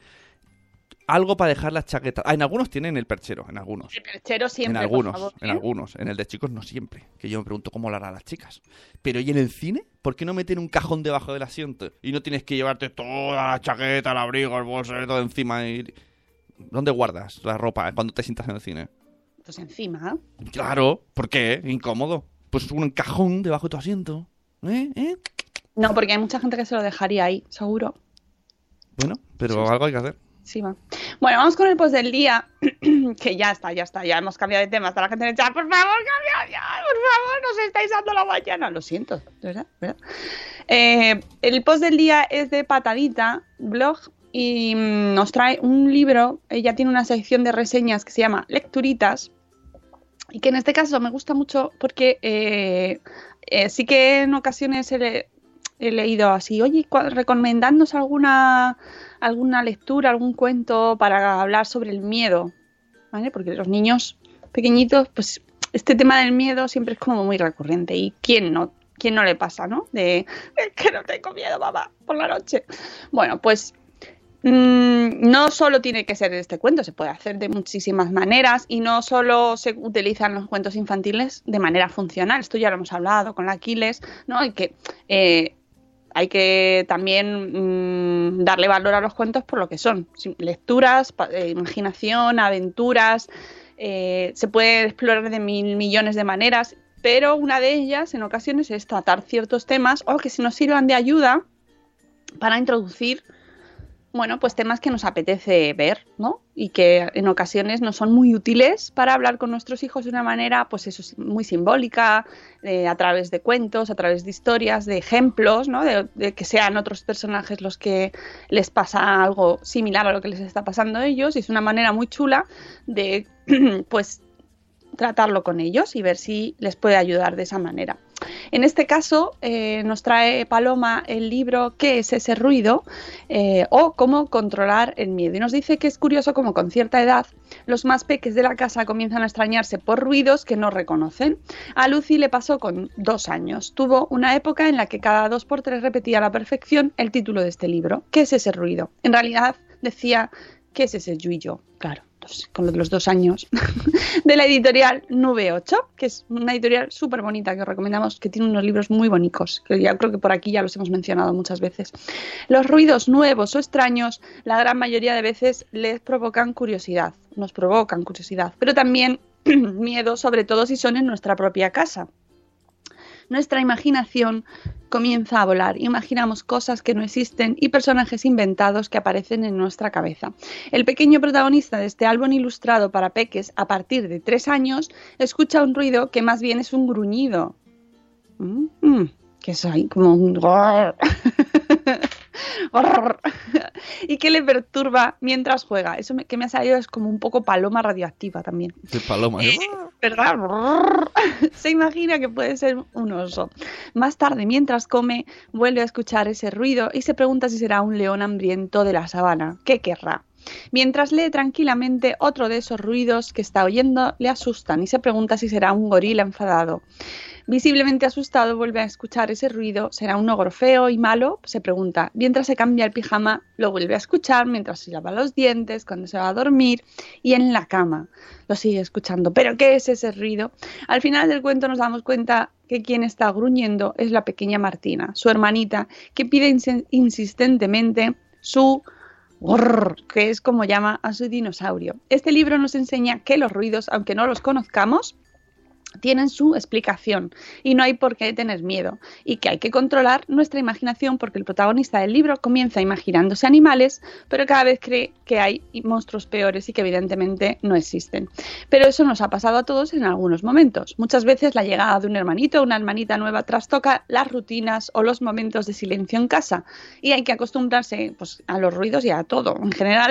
Algo para dejar las chaquetas. Ah, en algunos tienen el perchero, en algunos. El perchero siempre, en algunos, por favor, en ¿eh? algunos. En el de chicos no siempre. Que yo me pregunto cómo lo harán las chicas. Pero ¿y en el cine? ¿Por qué no meten un cajón debajo del asiento? Y no tienes que llevarte toda la chaqueta, el abrigo, el bolso, todo encima. Y... ¿Dónde guardas la ropa cuando te sientas en el cine? Pues encima. Claro, ¿por qué? Incómodo. Pues un cajón debajo de tu asiento. ¿Eh? ¿Eh? No, porque hay mucha gente que se lo dejaría ahí, seguro. Bueno, pero Sí, sí. algo hay que hacer. Sí, va. Bueno, vamos con el post del día. Que ya está, ya está. Ya hemos cambiado de tema. Está la gente en el chat. Por favor, cambia ya. Por favor, nos estáis dando la mañana. Lo siento. De verdad, de verdad. Eh, el post del día es de Patadita, blog. Y mm, nos trae un libro. Ella tiene una sección de reseñas que se llama Lecturitas. Y que en este caso me gusta mucho porque eh, eh, sí que en ocasiones he, le- he leído así, oye, cua- recomendadnos alguna, alguna lectura, algún cuento para hablar sobre el miedo, ¿vale? Porque los niños pequeñitos, pues este tema del miedo siempre es como muy recurrente. ¿Y quién no? ¿Quién no le pasa, no? De, es que no tengo miedo, mamá, por la noche. Bueno, pues Mm, no solo tiene que ser este cuento, se puede hacer de muchísimas maneras y no solo se utilizan los cuentos infantiles de manera funcional. Esto ya lo hemos hablado con la Aquiles, ¿no? Y que eh, hay que también mm, darle valor a los cuentos por lo que son. Sí, lecturas, pa- eh, imaginación, aventuras, eh, se puede explorar de mil millones de maneras, pero una de ellas en ocasiones es tratar ciertos temas o que si nos sirvan de ayuda para introducir bueno, pues temas que nos apetece ver, ¿no? Y que en ocasiones no son muy útiles para hablar con nuestros hijos de una manera, pues eso, muy simbólica, eh, a través de cuentos, a través de historias, de ejemplos, ¿no? De, de que sean otros personajes los que les pasa algo similar a lo que les está pasando a ellos. Y es una manera muy chula de, pues, tratarlo con ellos y ver si les puede ayudar de esa manera. En este caso eh, nos trae Paloma el libro ¿Qué es ese ruido? Eh, o Cómo controlar el miedo. Y nos dice que es curioso cómo con cierta edad los más peques de la casa comienzan a extrañarse por ruidos que no reconocen. A Lucy le pasó con dos años. Tuvo una época en la que cada dos por tres repetía a la perfección el título de este libro. ¿Qué es ese ruido? En realidad decía ¿qué es ese yuyo? Claro. pues, con lo de los dos años, de la editorial Nube ocho, que es una editorial súper bonita que os recomendamos, que tiene unos libros muy bonitos, que ya creo que por aquí ya los hemos mencionado muchas veces. Los ruidos nuevos o extraños, la gran mayoría de veces les provocan curiosidad, nos provocan curiosidad, pero también miedo, sobre todo si son en nuestra propia casa. Nuestra imaginación comienza a volar, imaginamos cosas que no existen y personajes inventados que aparecen en nuestra cabeza. El pequeño protagonista de este álbum ilustrado para peques a partir de tres años escucha un ruido que más bien es un gruñido. Mm, que es ahí como un... y que le perturba mientras juega. Eso que me ha salido es como un poco paloma radioactiva también. ¿Qué paloma? ¿Eh? ¿Verdad? Se imagina que puede ser un oso. Más tarde, mientras come, vuelve a escuchar ese ruido y se pregunta si será un león hambriento de la sabana. ¿Qué querrá? Mientras lee tranquilamente, otro de esos ruidos que está oyendo le asustan y se pregunta si será un gorila enfadado. Visiblemente asustado, vuelve a escuchar ese ruido. ¿Será un ogro feo y malo? Se pregunta. Mientras se cambia el pijama, lo vuelve a escuchar mientras se lava los dientes, cuando se va a dormir y en la cama. Lo sigue escuchando. ¿Pero qué es ese ruido? Al final del cuento nos damos cuenta que quien está gruñendo es la pequeña Martina, su hermanita, que pide ins- insistentemente su... que es como llama a su dinosaurio. Este libro nos enseña que los ruidos, aunque no los conozcamos, tienen su explicación y no hay por qué tener miedo y que hay que controlar nuestra imaginación porque el protagonista del libro comienza imaginándose animales, pero cada vez cree que hay monstruos peores y que evidentemente no existen. Pero eso nos ha pasado a todos en algunos momentos. Muchas veces la llegada de un hermanito o una hermanita nueva trastoca las rutinas o los momentos de silencio en casa y hay que acostumbrarse pues, a los ruidos y a todo en general.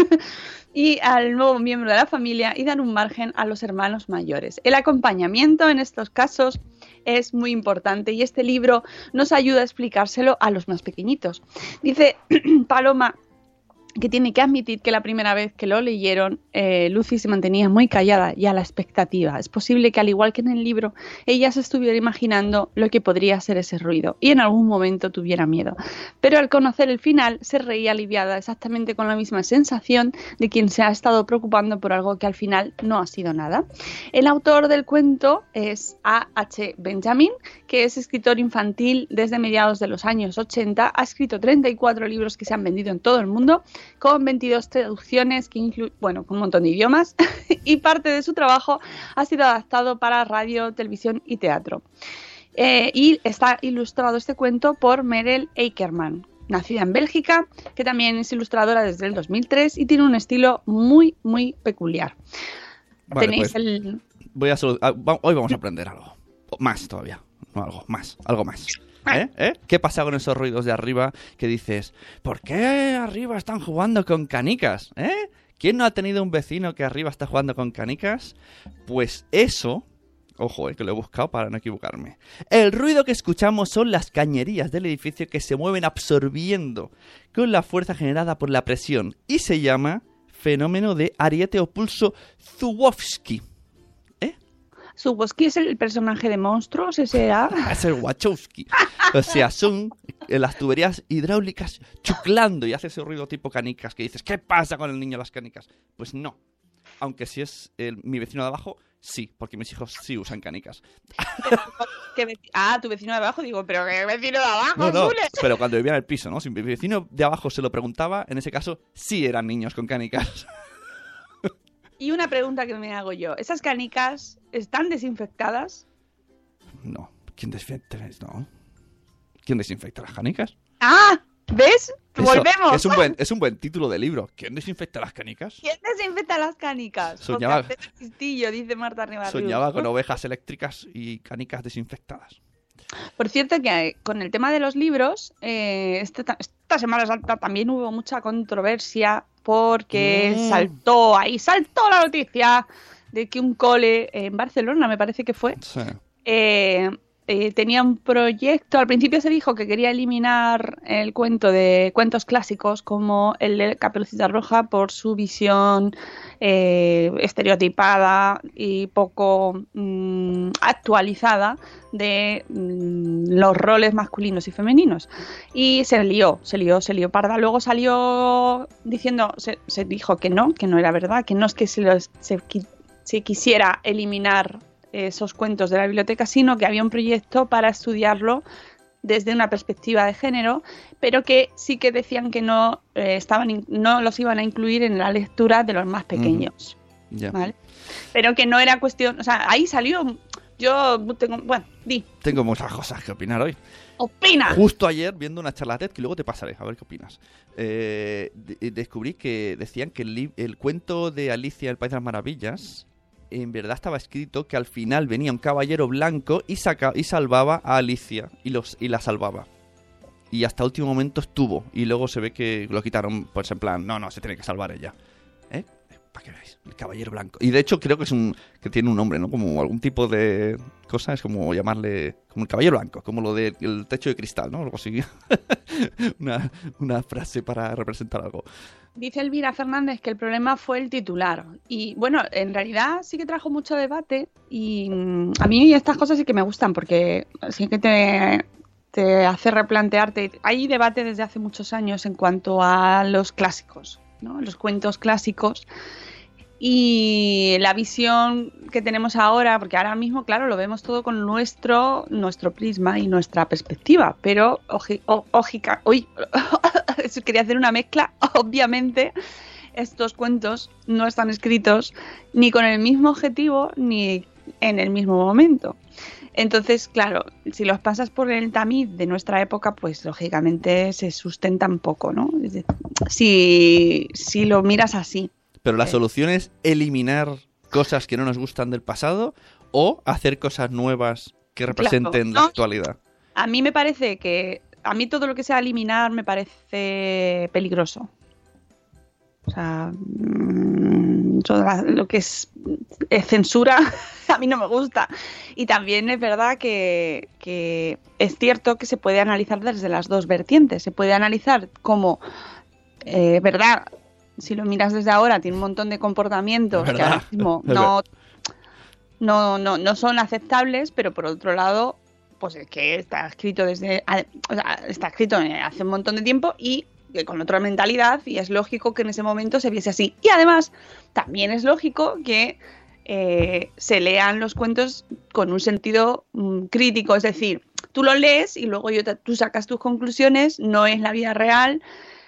Y al nuevo miembro de la familia y dar un margen a los hermanos mayores. El acompañamiento en estos casos es muy importante y este libro nos ayuda a explicárselo a los más pequeñitos. Dice Paloma que tiene que admitir que la primera vez que lo leyeron, eh, Lucy se mantenía muy callada y a la expectativa. Es posible que, al igual que en el libro, ella se estuviera imaginando lo que podría ser ese ruido y en algún momento tuviera miedo. Pero al conocer el final, se reía aliviada, exactamente con la misma sensación de quien se ha estado preocupando por algo que al final no ha sido nada. El autor del cuento es A H Benjamin, que es escritor infantil desde mediados de los años ochenta. Ha escrito treinta y cuatro libros que se han vendido en todo el mundo, con veintidós traducciones, que inclu- bueno, con un montón de idiomas, y parte de su trabajo ha sido adaptado para radio, televisión y teatro. Eh, y está ilustrado este cuento por Merel Akerman, nacida en Bélgica, que también es ilustradora desde el dos mil tres y tiene un estilo muy, muy peculiar. Vale, Tenéis pues, el... voy a solu- ah, va- hoy vamos a aprender algo. Más todavía. No algo, más. Algo más. ¿Eh? ¿Eh? ¿Qué pasa con esos ruidos de arriba que dices, ¿por qué arriba están jugando con canicas? ¿Eh? ¿Quién no ha tenido un vecino que arriba está jugando con canicas? Pues eso, ojo, eh, que lo he buscado para no equivocarme. El ruido que escuchamos son las cañerías del edificio que se mueven absorbiendo con la fuerza generada por la presión y se llama fenómeno de ariete o pulso Zubowski. Zubowski es el personaje de Monstruos, ese era... Es el Wachowski. O sea, son las tuberías hidráulicas chuclando y hace ese ruido tipo canicas que dices, ¿qué pasa con el niño de las canicas? Pues no. Aunque si es el, mi vecino de abajo, sí, porque mis hijos sí usan canicas. ¿Qué vec- ah, tu vecino de abajo, digo, pero ¿qué vecino de abajo? No, no, Zules? pero cuando vivía en el piso, ¿no? Si mi vecino de abajo se lo preguntaba, en ese caso sí eran niños con canicas. Y una pregunta que me hago yo, ¿esas canicas están desinfectadas? No, ¿quién desinfecta? No. ¿Quién desinfecta las canicas? ¡Ah! ¿Ves? Eso, ¡Volvemos! Es un, buen, es un buen título de libro. ¿Quién desinfecta las canicas? ¿Quién desinfecta las canicas? Soñaba- Porque antes Castillo, dice Marta Ribarrius. Soñaba con ovejas eléctricas y canicas desinfectadas. Por cierto, que eh, con el tema de los libros, eh, este ta- esta Semana Santa también hubo mucha controversia porque Mm. saltó, ahí saltó la noticia de que un cole en Barcelona, me parece que fue, Sí. eh, eh, tenía un proyecto, al principio se dijo que quería eliminar el cuento de cuentos clásicos como el de Caperucita Roja por su visión eh, estereotipada y poco mmm, actualizada de mmm, los roles masculinos y femeninos. Y se lió, se lió, se lió parda. Luego salió diciendo, se, se dijo que no, que no era verdad, que no es que se, los, se, se quisiera eliminar esos cuentos de la biblioteca, sino que había un proyecto para estudiarlo desde una perspectiva de género, pero que sí que decían que no eh, estaban no los iban a incluir en la lectura de los más pequeños. Uh-huh. Yeah. ¿Vale? Pero que no era cuestión, o sea, ahí salió, yo tengo, bueno, di. Tengo muchas cosas que opinar hoy. ¡Opina! Justo ayer, viendo una charla TED, que luego te pasaré, a ver qué opinas, eh, de- descubrí que decían que el, li- el cuento de Alicia, el País de las Maravillas, en verdad estaba escrito que al final venía un caballero blanco y, saca, y salvaba a Alicia y, los, y la salvaba. Y hasta último momento estuvo. Y luego se ve que lo quitaron, pues en plan, no, no, se tiene que salvar ella. ¿Eh? Para que veáis, el caballero blanco. Y de hecho creo que es un que tiene un nombre, ¿no? Como algún tipo de cosa, es como llamarle, como el caballero blanco, como lo del techo de cristal, ¿no? Algo así. una, una frase para representar algo. Dice Elvira Fernández que el problema fue el titular. Y bueno, en realidad sí que trajo mucho debate y mm, a mí estas cosas sí que me gustan porque sí que te, te hace replantearte. Hay debate desde hace muchos años en cuanto a los clásicos, ¿no? Los cuentos clásicos y la visión que tenemos ahora, porque ahora mismo, claro, lo vemos todo con nuestro, nuestro prisma y nuestra perspectiva, pero oji, o, ojica, uy, quería hacer una mezcla, obviamente estos cuentos no están escritos ni con el mismo objetivo ni en el mismo momento. Entonces, claro, si los pasas por el tamiz de nuestra época, pues lógicamente se sustentan poco, ¿no? Es decir, si, si lo miras así. Pero la solución es eliminar cosas que no nos gustan del pasado o hacer cosas nuevas que representen Claro, la ¿no? actualidad. A mí me parece que, a mí todo lo que sea eliminar me parece peligroso. O sea, mmm, todo la- lo que es, es censura a mí no me gusta. Y también es verdad que, que es cierto que se puede analizar desde las dos vertientes. Se puede analizar como, eh, verdad, si lo miras desde ahora, tiene un montón de comportamientos que ¿Verdad? ahora mismo Es no, no, no, no son aceptables, pero por otro lado, pues es que está escrito desde, o sea, está escrito hace un montón de tiempo y con otra mentalidad, y es lógico que en ese momento se viese así. Y además, también es lógico que eh, se lean los cuentos con un sentido mm, crítico, es decir, tú lo lees y luego yo te- tú sacas tus conclusiones, no es la vida real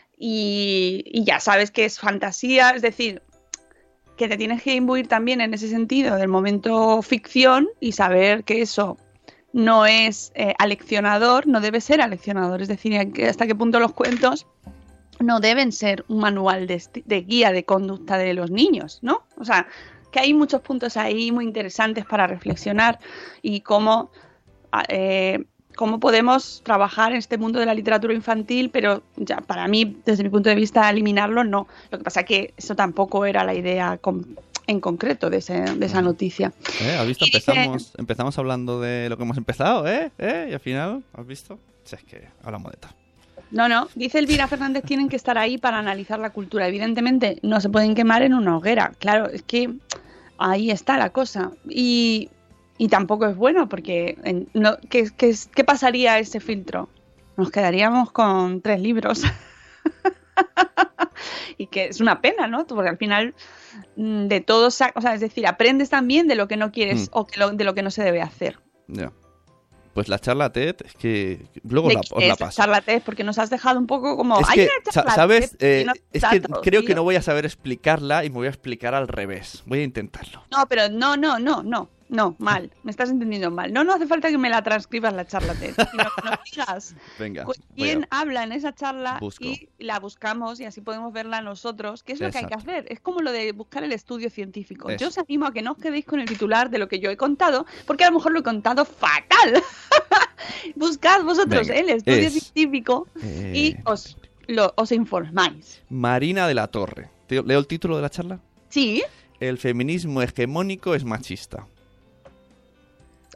y, y ya sabes que es fantasía, es decir, que te tienes que imbuir también en ese sentido del momento ficción y saber que eso no es eh, aleccionador, no debe ser aleccionador, es decir, hasta qué punto los cuentos no deben ser un manual de, esti- de guía de conducta de los niños, ¿no? O sea, que hay muchos puntos ahí muy interesantes para reflexionar y cómo, eh, cómo podemos trabajar en este mundo de la literatura infantil, pero ya para mí, desde mi punto de vista, eliminarlo no. Lo que pasa es que eso tampoco era la idea con- en concreto de, ese, de esa noticia. ¿Eh? ¿Has visto? Y dice- Empezamos, empezamos hablando de lo que hemos empezado, ¿eh? ¿Eh? Y al final, ¿has visto? Si es que hablamos de tal. No, no, dice Elvira Fernández, tienen que estar ahí para analizar la cultura. Evidentemente, no se pueden quemar en una hoguera. Claro, es que ahí está la cosa. Y, y tampoco es bueno, porque en- no, ¿qué, qué, ¿qué pasaría ese filtro? Nos quedaríamos con tres libros. Y que es una pena, ¿no? Porque al final mm, de todo, sa- o sea, es decir, aprendes también de lo que no quieres Mm. o que lo- de lo que no se debe hacer. Ya. Pues la charla TED es que luego ¿De la, qué os la es paso. charlatez? Porque nos has dejado un poco como... Es "Hay que, una sa- charla ¿sabes? TED", y Eh, unos es que datos, creo que tío. no voy a saber explicarla y me voy a explicar al revés. Voy a intentarlo. No, pero no, no, no, no, no, mal. Me estás entendiendo mal. No, no hace falta que me la transcribas la charla TED, sino que nos digas Venga. pues, voy a- quién habla en esa charla Busco. y la buscamos y así podemos verla nosotros, que es lo que hay que Exacto. hacer. Es como lo de buscar el estudio científico. Eso. Yo os animo a que no os quedéis con el titular de lo que yo he contado, porque a lo mejor lo he contado fatal. Buscad vosotros Venga, el estudio es, científico eh, y os, lo, os informáis. Marina de la Torre. ¿Te- ¿Leo el título de la charla? Sí, El feminismo hegemónico es machista.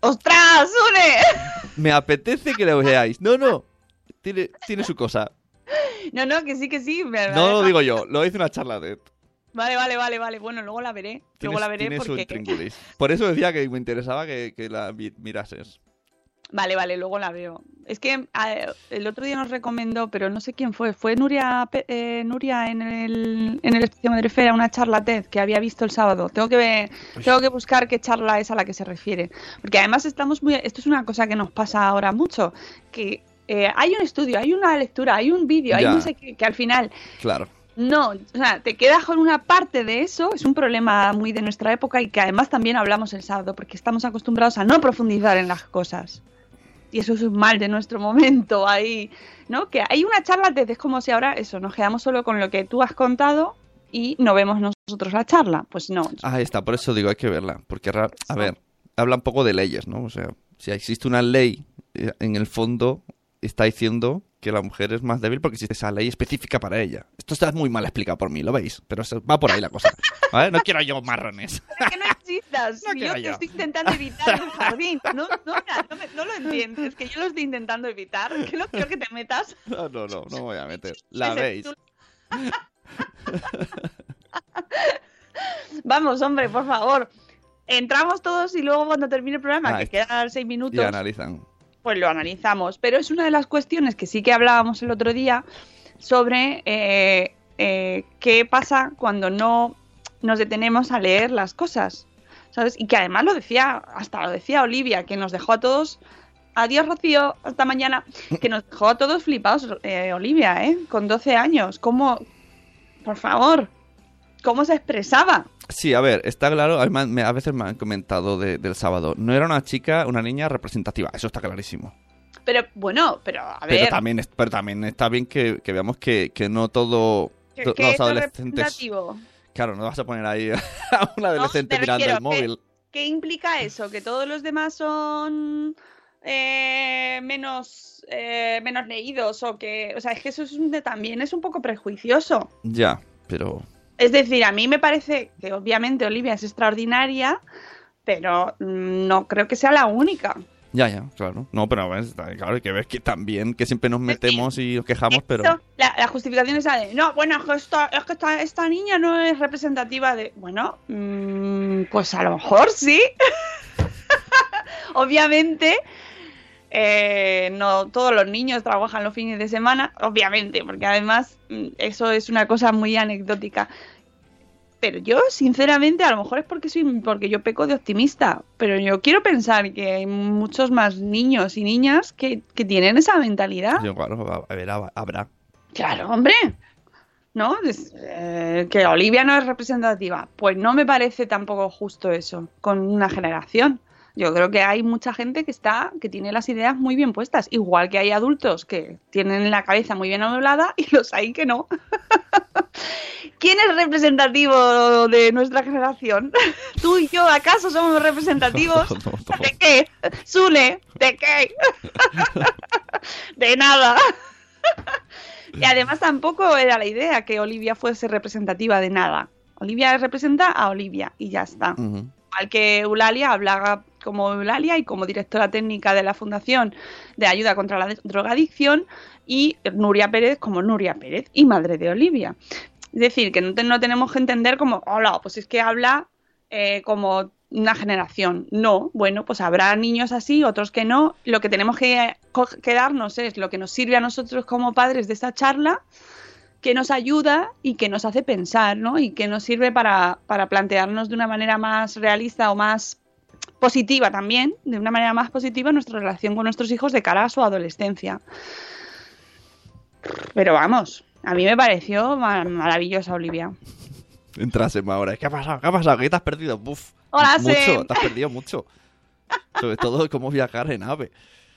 ¡Ostras, Sune! Me apetece que lo veáis. No, no. Tiene, tiene su cosa. No, no, que sí, que sí. Me, No lo digo yo, lo hice una charla de... Vale, vale, vale, vale. Bueno, luego la veré. Luego la veré tiene porque... su intríngulis. Por eso decía que me interesaba que, que la mirases. Vale, vale, luego la veo. Es que a, el otro día nos recomendó, pero no sé quién fue. Fue Nuria, eh, Nuria en el en el Espacio Madrefera, una charla TED que había visto el sábado. Tengo que ver, tengo que buscar qué charla es a la que se refiere. Porque además estamos muy... Esto es una cosa que nos pasa ahora mucho. Que eh, hay un estudio, hay una lectura, hay un vídeo, hay no sé qué, que al final... Claro. No, o sea, te quedas con una parte de eso, es un problema muy de nuestra época y que además también hablamos el sábado, porque estamos acostumbrados a no profundizar en las cosas. Y eso es un mal de nuestro momento ahí, ¿no? Que hay una charla, es como si ahora eso, nos quedamos solo con lo que tú has contado y no vemos nosotros la charla. Pues no. Ah, ahí está, por eso digo, hay que verla. Porque, a ver, habla un poco de leyes, ¿no? O sea, si existe una ley, en el fondo está diciendo que la mujer es más débil porque existe esa ley específica para ella. Esto está muy mal explicado por mí, ¿lo veis? Pero va por ahí la cosa, ¿vale? No quiero yo marrones. Pero que no existas. No si yo, yo. te estoy intentando evitar el jardín. No, no, no, me, no lo entiendes. Que yo lo estoy intentando evitar. Que no quiero que te metas. No, no, no, no me voy a meter. La veis. Vamos, hombre, por favor. Entramos todos y luego cuando termine el programa, Ah, que quedan seis minutos... Y analizan. Pues lo analizamos, pero es una de las cuestiones que sí que hablábamos el otro día sobre eh, eh, qué pasa cuando no nos detenemos a leer las cosas, ¿sabes? Y que además lo decía, hasta lo decía Olivia, que nos dejó a todos, adiós Rocío, hasta mañana, que nos dejó a todos flipados, eh, Olivia, ¿eh? Con doce años, ¿cómo, por favor, cómo se expresaba? Sí, a ver, está claro, además, me, a veces me han comentado de, del sábado, no era una chica, una niña representativa, eso está clarísimo. Pero, bueno, pero a ver... Pero también, es, pero también está bien que, que veamos que, que no todo... ¿Qué, to, qué los es adolescentes... representativo? Claro, no vas a poner ahí a un adolescente no, mirando refiero, el móvil. ¿qué, ¿Qué implica eso? ¿Que todos los demás son eh, menos, eh, menos leídos? O que, o sea, es que eso es un, también es un poco prejuicioso. Ya, pero... Es decir, a mí me parece que obviamente Olivia es extraordinaria, pero no creo que sea la única. Ya, ya, claro. No, pero a ver, está claro, hay que ver que también, que siempre nos metemos y nos quejamos, Esto, pero... La, la justificación es la de, no, bueno, es que, esta, es que esta, esta niña no es representativa de... Bueno, mmm, pues a lo mejor sí. Obviamente... Eh, no todos los niños trabajan los fines de semana, obviamente, porque además eso es una cosa muy anecdótica. Pero yo, sinceramente, a lo mejor es porque soy porque yo peco de optimista, pero yo quiero pensar que hay muchos más niños y niñas que, que tienen esa mentalidad. Yo, claro, a ver, habrá. Claro, hombre. ¿No? Es, eh, que Olivia no es representativa. Pues no me parece tampoco justo eso con una generación. Yo creo que hay mucha gente que está, que tiene las ideas muy bien puestas, igual que hay adultos que tienen la cabeza muy bien amueblada y los hay que no. ¿Quién es representativo de nuestra generación? ¿Tú y yo acaso somos representativos? No, no, no. ¿De qué? Sune, ¿de qué? De nada. Y además tampoco era la idea que Olivia fuese representativa de nada. Olivia representa a Olivia y ya está. Uh-huh. Igual que Eulalia hablaba como Eulalia y como directora técnica de la Fundación de Ayuda contra la Drogadicción, y Nuria Pérez como Nuria Pérez y madre de Olivia. Es decir, que no, te, no tenemos que entender como, hola, pues es que habla eh, como una generación. No, bueno, pues habrá niños así, otros que no. Lo que tenemos que quedarnos es lo que nos sirve a nosotros como padres de esta charla, que nos ayuda y que nos hace pensar, ¿no? Y que nos sirve para, para plantearnos de una manera más realista o más positiva también, de una manera más positiva nuestra relación con nuestros hijos de cara a su adolescencia. Pero vamos, a mí me pareció mar- maravillosa Olivia. Entráseme ahora. ¿Qué ha pasado? ¿Qué ha pasado? ¿Qué te has perdido? Buf. Hola, mucho, Sem. te has perdido mucho. Sobre todo cómo viajar en ave.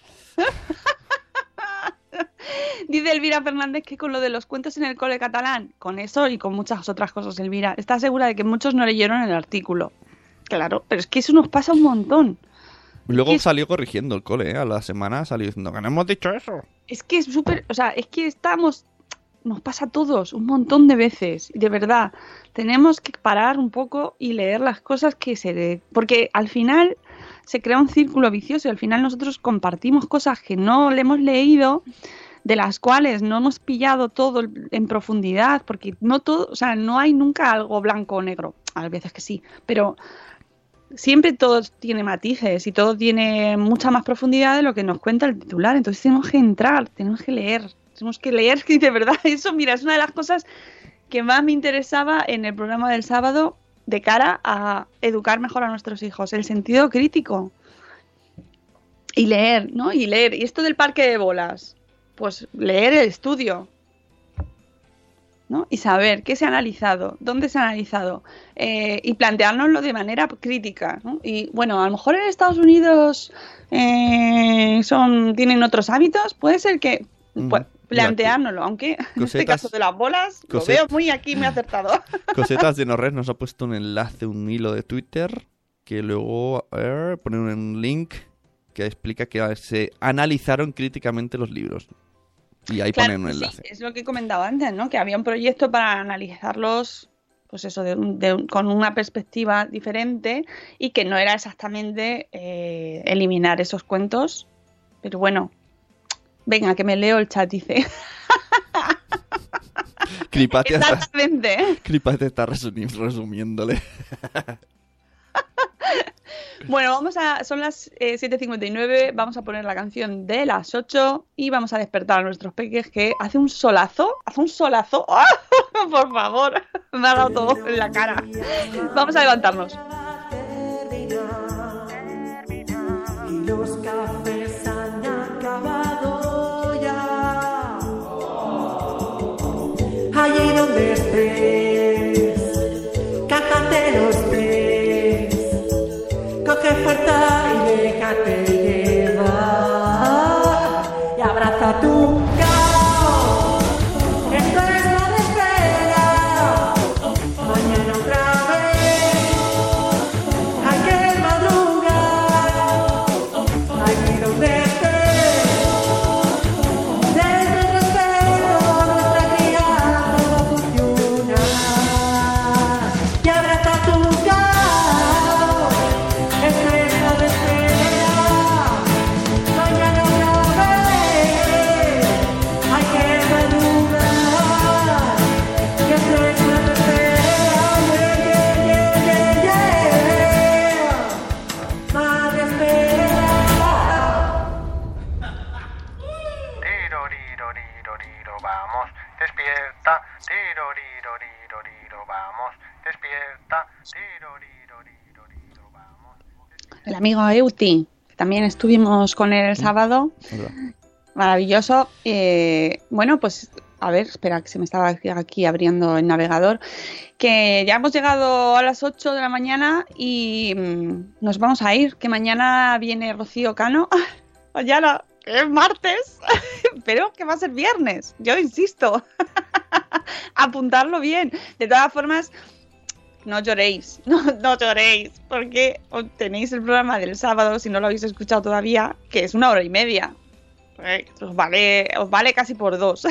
Dice Elvira Fernández que con lo de los cuentos en el cole catalán, con eso y con muchas otras cosas, Elvira, está segura de que muchos no leyeron el artículo. Claro, pero es que eso nos pasa un montón. Luego ¿Qué? salió corrigiendo el cole, ¿eh? A la semana salió diciendo que no hemos dicho eso. Es que es súper, o sea, es que estamos, nos pasa a todos un montón de veces, de verdad. Tenemos que parar un poco y leer las cosas que se de, porque al final se crea un círculo vicioso y al final nosotros compartimos cosas que no le hemos leído, de las cuales no hemos pillado todo en profundidad, porque no todo, o sea, no hay nunca algo blanco o negro, a veces que sí, pero siempre todo tiene matices y todo tiene mucha más profundidad de lo que nos cuenta el titular. Entonces tenemos que entrar, tenemos que leer, tenemos que leer, y de verdad eso, mira, es una de las cosas que más me interesaba en el programa del sábado de cara a educar mejor a nuestros hijos, el sentido crítico y leer, ¿no? Y leer, y esto del parque de bolas, pues leer el estudio, ¿no? Y saber qué se ha analizado, dónde se ha analizado, eh, y planteárnoslo de manera crítica, ¿no? Y bueno, a lo mejor en Estados Unidos eh, son tienen otros hábitos, puede ser que pues, planteárnoslo, aunque cosetas, en este caso de las bolas coset... lo veo muy aquí, muy acertado. Cosetas de Norres nos ha puesto un enlace, un hilo de Twitter, que luego a ver, poner un link que explica que se analizaron críticamente los libros. Y ahí claro, ponen un enlace. Sí, es lo que he comentado antes, ¿no? Que había un proyecto para analizarlos, pues eso, de, de, con una perspectiva diferente y que no era exactamente eh, eliminar esos cuentos. Pero bueno, venga, que me leo el chat, dice. Cripatia Exactamente. Está, Cripatia está resumi- resumiéndole. Bueno, vamos a, son las eh, siete cincuenta y nueve, vamos a poner la canción de las ocho y vamos a despertar a nuestros peques, que hace un solazo, hace un solazo, ¡oh! Por favor, me ha dado todo en la cara. Vamos a levantarnos. Y los cafés han acabado ya. Allí donde estés, cájate los pies. Coge fuerza y déjate llevar y abraza tu caos. Esto es la espera. Mañana otra vez hay que madrugar. Aquí donde estés, desde el respeto nuestra guía todo funciona. Y abraza tu caos. El amigo Euti, que también estuvimos con él el sábado. Hola. Maravilloso. Eh, bueno, pues a ver, espera, que se me estaba aquí abriendo el navegador. Que ya hemos llegado a las ocho de la mañana y mmm, nos vamos a ir. Que mañana viene Rocío Cano. Mañana, que es martes, pero que va a ser viernes. Yo insisto. Apuntarlo bien. De todas formas, no lloréis, no, no lloréis, porque tenéis el programa del sábado, si no lo habéis escuchado todavía, que es una hora y media. Eh, os vale, os vale casi por dos.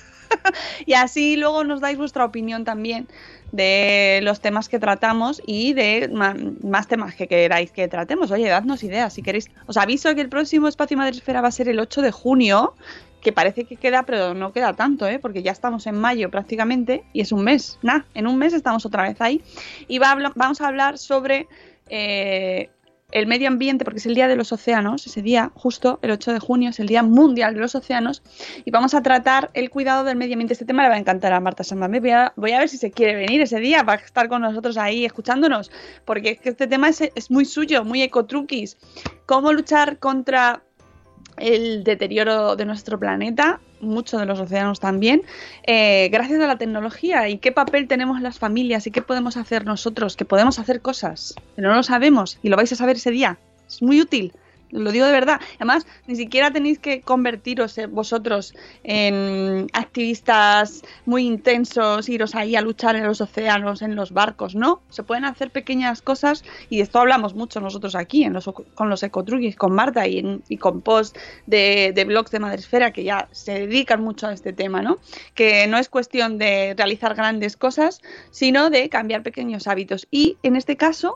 Y así luego nos dais vuestra opinión también de los temas que tratamos y de ma- más temas que queráis que tratemos. Oye, dadnos ideas si queréis. Os aviso que el próximo Espacio Madresfera va a ser el ocho de junio, que parece que queda, pero no queda tanto, ¿eh? Porque ya estamos en mayo prácticamente y es un mes. Nah, en un mes estamos otra vez ahí. Y va a habl- vamos a hablar sobre eh, el medio ambiente, porque es el Día de los Océanos. Ese día, justo el ocho de junio, es el Día Mundial de los Océanos. Y vamos a tratar el cuidado del medio ambiente. Este tema le va a encantar a Marta Sambamé. Voy a, voy a ver si se quiere venir ese día para estar con nosotros ahí escuchándonos. Porque es que este tema es, es muy suyo, muy ecotruquis. Cómo luchar contra el deterioro de nuestro planeta, muchos de los océanos también, eh, gracias a la tecnología. Y qué papel tenemos las familias y qué podemos hacer nosotros, que podemos hacer cosas, pero no lo sabemos y lo vais a saber ese día. Es muy útil, lo digo de verdad. Además, ni siquiera tenéis que convertiros vosotros en activistas muy intensos, iros ahí a luchar en los océanos, en los barcos, ¿no? Se pueden hacer pequeñas cosas y de esto hablamos mucho nosotros aquí en los, con los ecotruquis, con Marta y, en, y con post de, de blogs de Madresfera que ya se dedican mucho a este tema, ¿no? Que no es cuestión de realizar grandes cosas, sino de cambiar pequeños hábitos. Y en este caso,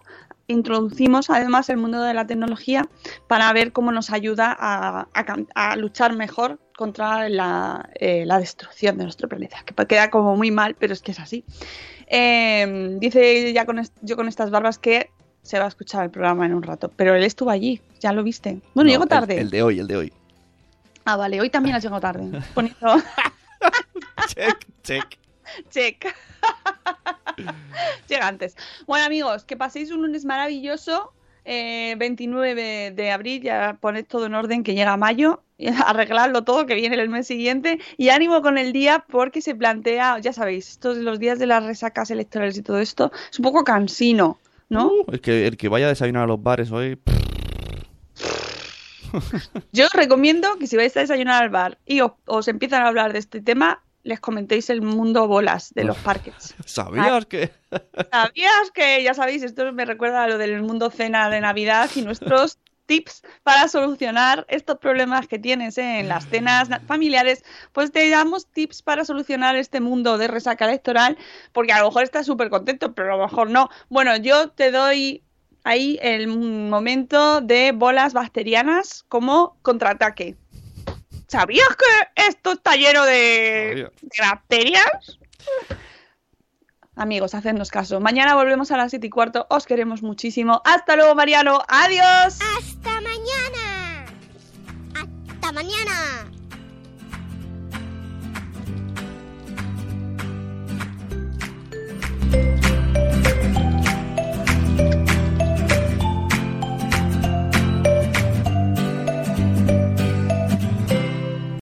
introducimos además el mundo de la tecnología para ver cómo nos ayuda a, a, a luchar mejor contra la, eh, la destrucción de nuestro planeta, que queda como muy mal, pero es que es así. Eh, dice ya con est- yo con estas barbas que se va a escuchar el programa en un rato, pero él estuvo allí, ya lo viste. Bueno, No, llegó tarde. El, el de hoy, el de hoy. Ah, vale, hoy también has llegado tarde. Poniendo... check, check. Check. Llega antes. Bueno, amigos, que paséis un lunes maravilloso. Eh, veintinueve de abril, ya poned todo en orden, que llega mayo. Arregladlo todo, que viene el mes siguiente. Y ánimo con el día, porque se plantea, ya sabéis, estos los días de las resacas electorales y todo esto, es un poco cansino, ¿no? Uh, el, que, el que vaya a desayunar a los bares hoy. Yo os recomiendo que si vais a desayunar al bar y os, os empiezan a hablar de este tema, les comentéis el mundo bolas de los parques. ¿Sabías que...? ¿Sabías que, ya sabéis, esto me recuerda a lo del mundo cena de Navidad y nuestros tips para solucionar estos problemas que tienes ¿eh? en las cenas familiares? Pues te damos tips para solucionar este mundo de resaca electoral, porque a lo mejor estás súper contento, pero a lo mejor no. Bueno, yo te doy ahí el momento de bolas bacterianas como contraataque. ¿Sabías que esto está lleno de, de bacterias? Amigos, hacednos caso. Mañana volvemos a las siete y cuarto. Os queremos muchísimo. Hasta luego, Mariano. Adiós. Hasta mañana. Hasta mañana.